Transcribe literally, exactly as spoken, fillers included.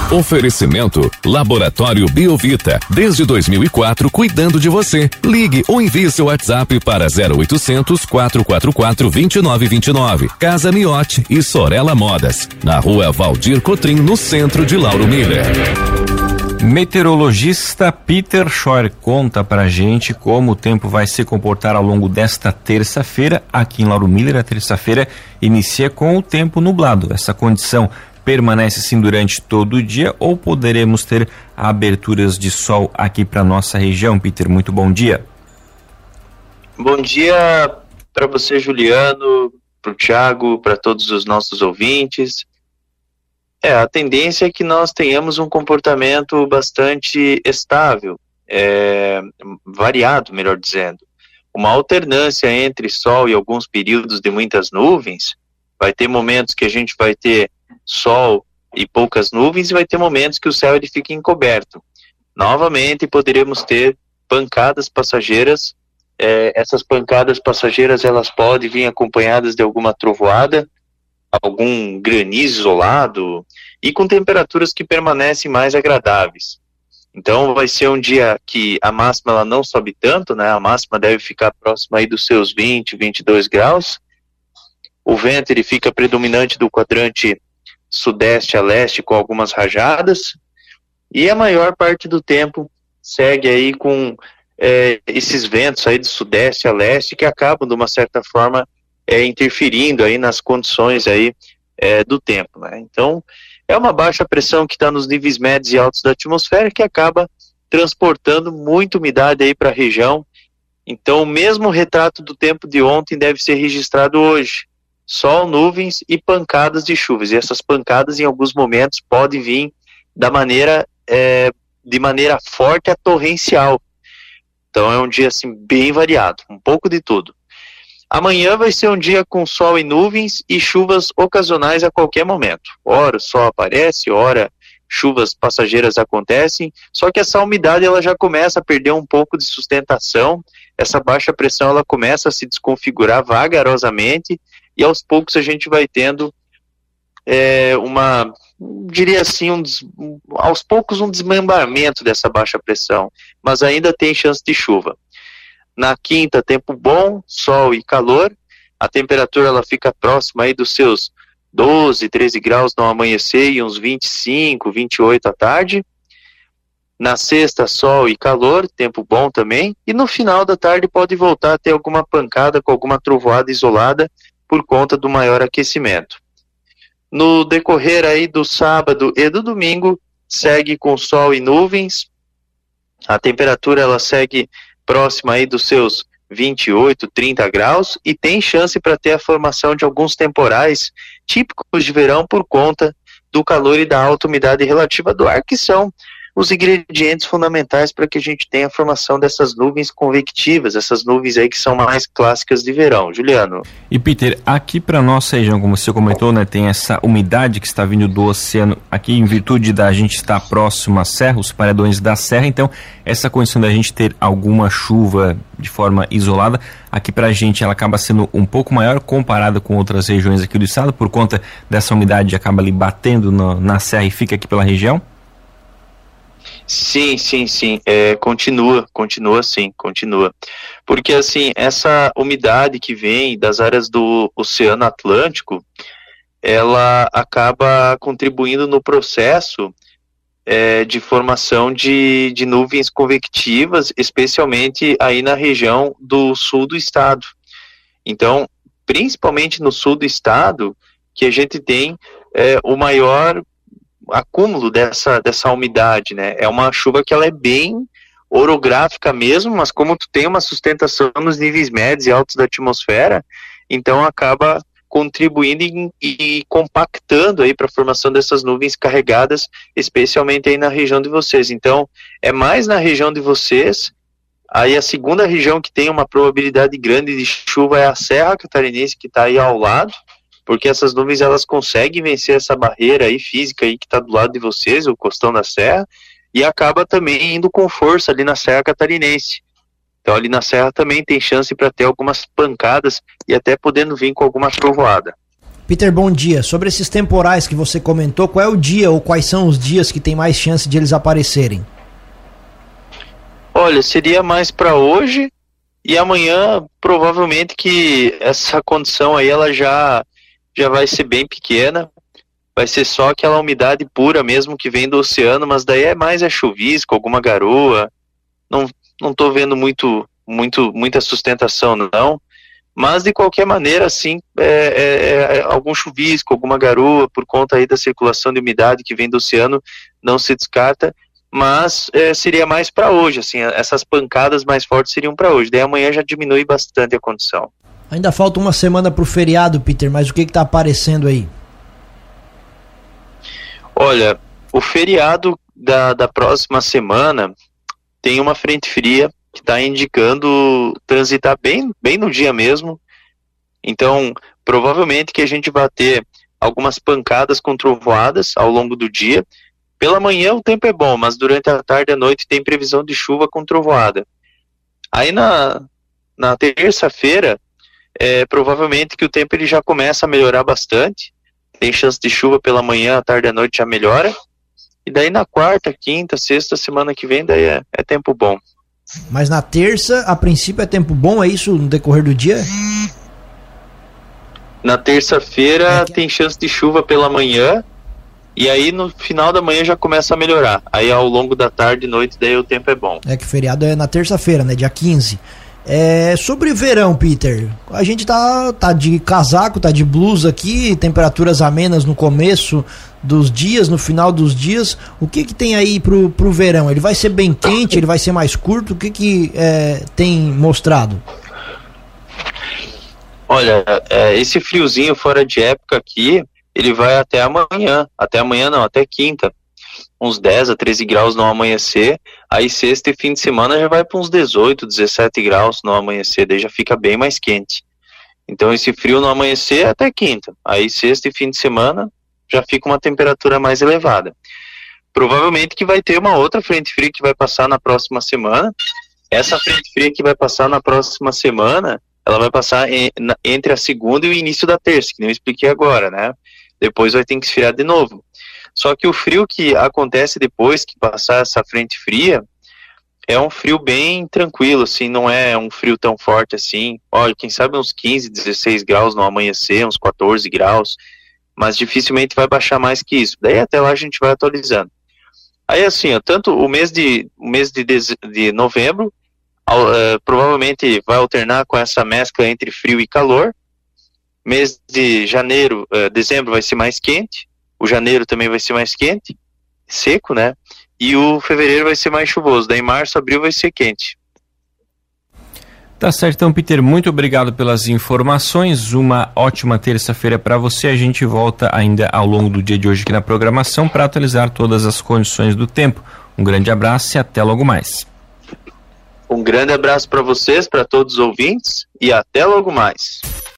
Oferecimento Laboratório Biovita, desde dois mil e quatro cuidando de você. Ligue ou envie seu WhatsApp para zero oitocentos, quatrocentos e quarenta e quatro, vinte e nove vinte e nove. Casa Miotti e Sorella Modas, na rua Valdir Cotrim, no centro de Lauro Miller. Meteorologista Peter Scheuer conta pra gente como o tempo vai se comportar ao longo desta terça-feira. Aqui em Lauro Miller, a terça-feira inicia com o tempo nublado. Essa condição permanece assim durante todo o dia ou poderemos ter aberturas de sol aqui para nossa região? Peter, muito bom dia. Bom dia para você, Juliano, para o Thiago, para todos os nossos ouvintes. É, a tendência é que nós tenhamos um comportamento bastante estável, é, variado, melhor dizendo. Uma alternância entre sol e alguns períodos de muitas nuvens. Vai ter momentos que a gente vai ter sol e poucas nuvens e vai ter momentos que o céu ele fica encoberto. Novamente poderemos ter pancadas passageiras. É, essas pancadas passageiras elas podem vir acompanhadas de alguma trovoada, algum granizo isolado e com temperaturas que permanecem mais agradáveis. Então vai ser um dia que a máxima ela não sobe tanto, né? A máxima deve ficar próxima aí dos seus vinte, vinte e dois graus. O vento ele fica predominante do quadrante sudeste a leste com algumas rajadas e a maior parte do tempo segue aí com é, esses ventos aí do sudeste a leste que acabam de uma certa forma É, interferindo aí nas condições aí é, do tempo, né? Então é uma baixa pressão que está nos níveis médios e altos da atmosfera que acaba transportando muita umidade aí para a região. Então o mesmo retrato do tempo de ontem deve ser registrado hoje: sol, nuvens e pancadas de chuvas. E essas pancadas em alguns momentos podem vir da maneira é, de maneira forte a torrencial. Então é um dia assim bem variado, um pouco de tudo. Amanhã vai ser um dia com sol e nuvens e chuvas ocasionais a qualquer momento. Ora o sol aparece, ora chuvas passageiras acontecem, só que essa umidade ela já começa a perder um pouco de sustentação, essa baixa pressão ela começa a se desconfigurar vagarosamente e aos poucos a gente vai tendo é, uma, diria assim, um, aos poucos um desmembramento dessa baixa pressão, mas ainda tem chance de chuva. Na quinta, tempo bom, sol e calor. A temperatura ela fica próxima aí dos seus doze, treze graus no amanhecer e uns vinte e cinco, vinte e oito à tarde. Na sexta, sol e calor, tempo bom também. E no final da tarde pode voltar a ter alguma pancada com alguma trovoada isolada por conta do maior aquecimento. No decorrer aí do sábado e do domingo, segue com sol e nuvens. A temperatura ela segue próxima aí dos seus vinte e oito, trinta graus e tem chance para ter a formação de alguns temporais típicos de verão por conta do calor e da alta umidade relativa do ar, que são os ingredientes fundamentais para que a gente tenha a formação dessas nuvens convectivas, essas nuvens aí que são mais clássicas de verão. Juliano. E Peter, aqui para nossa região, como você comentou, né, tem essa umidade que está vindo do oceano, aqui em virtude da gente estar próximo à serra, os paredões da serra, então essa condição da gente ter alguma chuva de forma isolada, aqui para a gente ela acaba sendo um pouco maior comparada com outras regiões aqui do estado, por conta dessa umidade acaba ali batendo no, na serra e fica aqui pela região? Sim, sim, sim, é, continua, continua sim, continua, porque assim, essa umidade que vem das áreas do Oceano Atlântico, ela acaba contribuindo no processo é, de formação de, de nuvens convectivas, especialmente aí na região do sul do estado. Então, principalmente no sul do estado, que a gente tem é, o maior acúmulo dessa, dessa umidade, né? É uma chuva que ela é bem orográfica mesmo, mas como tu tem uma sustentação nos níveis médios e altos da atmosfera, então acaba contribuindo e, e compactando aí para a formação dessas nuvens carregadas, especialmente aí na região de vocês. Então, é mais na região de vocês. Aí a segunda região que tem uma probabilidade grande de chuva é a Serra Catarinense, que está aí ao lado, porque essas nuvens elas conseguem vencer essa barreira aí física aí que está do lado de vocês, o costão da serra, e acaba também indo com força ali na Serra Catarinense. Então ali na serra também tem chance para ter algumas pancadas e até podendo vir com alguma trovoada. Peter, bom dia. Sobre esses temporais que você comentou, qual é o dia ou quais são os dias que tem mais chance de eles aparecerem? Olha, seria mais para hoje e amanhã provavelmente que essa condição aí ela já, já vai ser bem pequena. Vai ser só aquela umidade pura mesmo que vem do oceano, mas daí é mais é chuvisco, alguma garoa. Não, não tô vendo muito, muito, muita sustentação não. Mas, de qualquer maneira, sim, é, é, é, algum chuvisco, alguma garoa, por conta aí da circulação de umidade que vem do oceano, não se descarta, mas é, seria mais para hoje, assim, essas pancadas mais fortes seriam para hoje, daí amanhã já diminui bastante a condição. Ainda falta uma semana para o feriado, Peter, mas o que está aparecendo aí? Olha, o feriado da, da próxima semana tem uma frente fria que está indicando transitar bem, bem no dia mesmo. Então, provavelmente que a gente vai ter algumas pancadas com trovoadas ao longo do dia. Pela manhã o tempo é bom, mas durante a tarde e a noite tem previsão de chuva com trovoada. Aí na, na terça-feira, é, provavelmente que o tempo ele já começa a melhorar bastante. Tem chance de chuva pela manhã, à tarde e à noite já melhora. E daí na quarta, quinta, sexta, semana que vem, daí é, é tempo bom. Mas na terça, a princípio é tempo bom, é isso no decorrer do dia? Na terça-feira é que... tem chance de chuva pela manhã, e aí no final da manhã já começa a melhorar. Aí ao longo da tarde e noite, daí o tempo é bom. É que o feriado é na terça-feira, né, dia quinze. É, sobre verão, Peter, a gente tá, tá de casaco, tá de blusa aqui, temperaturas amenas no começo dos dias, no final dos dias. O que que tem aí pro, pro verão? Ele vai ser bem quente, ele vai ser mais curto? O que que é, tem mostrado? Olha, é, esse friozinho fora de época aqui, ele vai até amanhã, até amanhã não, até quinta. Uns dez a treze graus no amanhecer, aí sexta e fim de semana já vai para uns dezoito, dezessete graus no amanhecer, daí já fica bem mais quente. Então esse frio no amanhecer é até quinta, aí sexta e fim de semana já fica uma temperatura mais elevada. Provavelmente que vai ter uma outra frente fria que vai passar na próxima semana. Essa frente fria que vai passar na próxima semana, ela vai passar em, na, entre a segunda e o início da terça, que nem eu expliquei agora, né? Depois vai ter que esfriar de novo. Só que o frio que acontece depois que passar essa frente fria é um frio bem tranquilo, assim, não é um frio tão forte assim. Olha, quem sabe uns quinze, dezesseis graus no amanhecer, uns quatorze graus, mas dificilmente vai baixar mais que isso. Daí até lá a gente vai atualizando. Aí assim, ó, tanto o mês de, o mês de, de, de novembro ao, uh, provavelmente vai alternar com essa mescla entre frio e calor. Mês de janeiro, uh, dezembro vai ser mais quente. O janeiro também vai ser mais quente, seco, né? E o fevereiro vai ser mais chuvoso. Daí março, abril vai ser quente. Tá certo, então, Peter, muito obrigado pelas informações. Uma ótima terça-feira para você. A gente volta ainda ao longo do dia de hoje aqui na programação para atualizar todas as condições do tempo. Um grande abraço e até logo mais. Um grande abraço para vocês, para todos os ouvintes e até logo mais.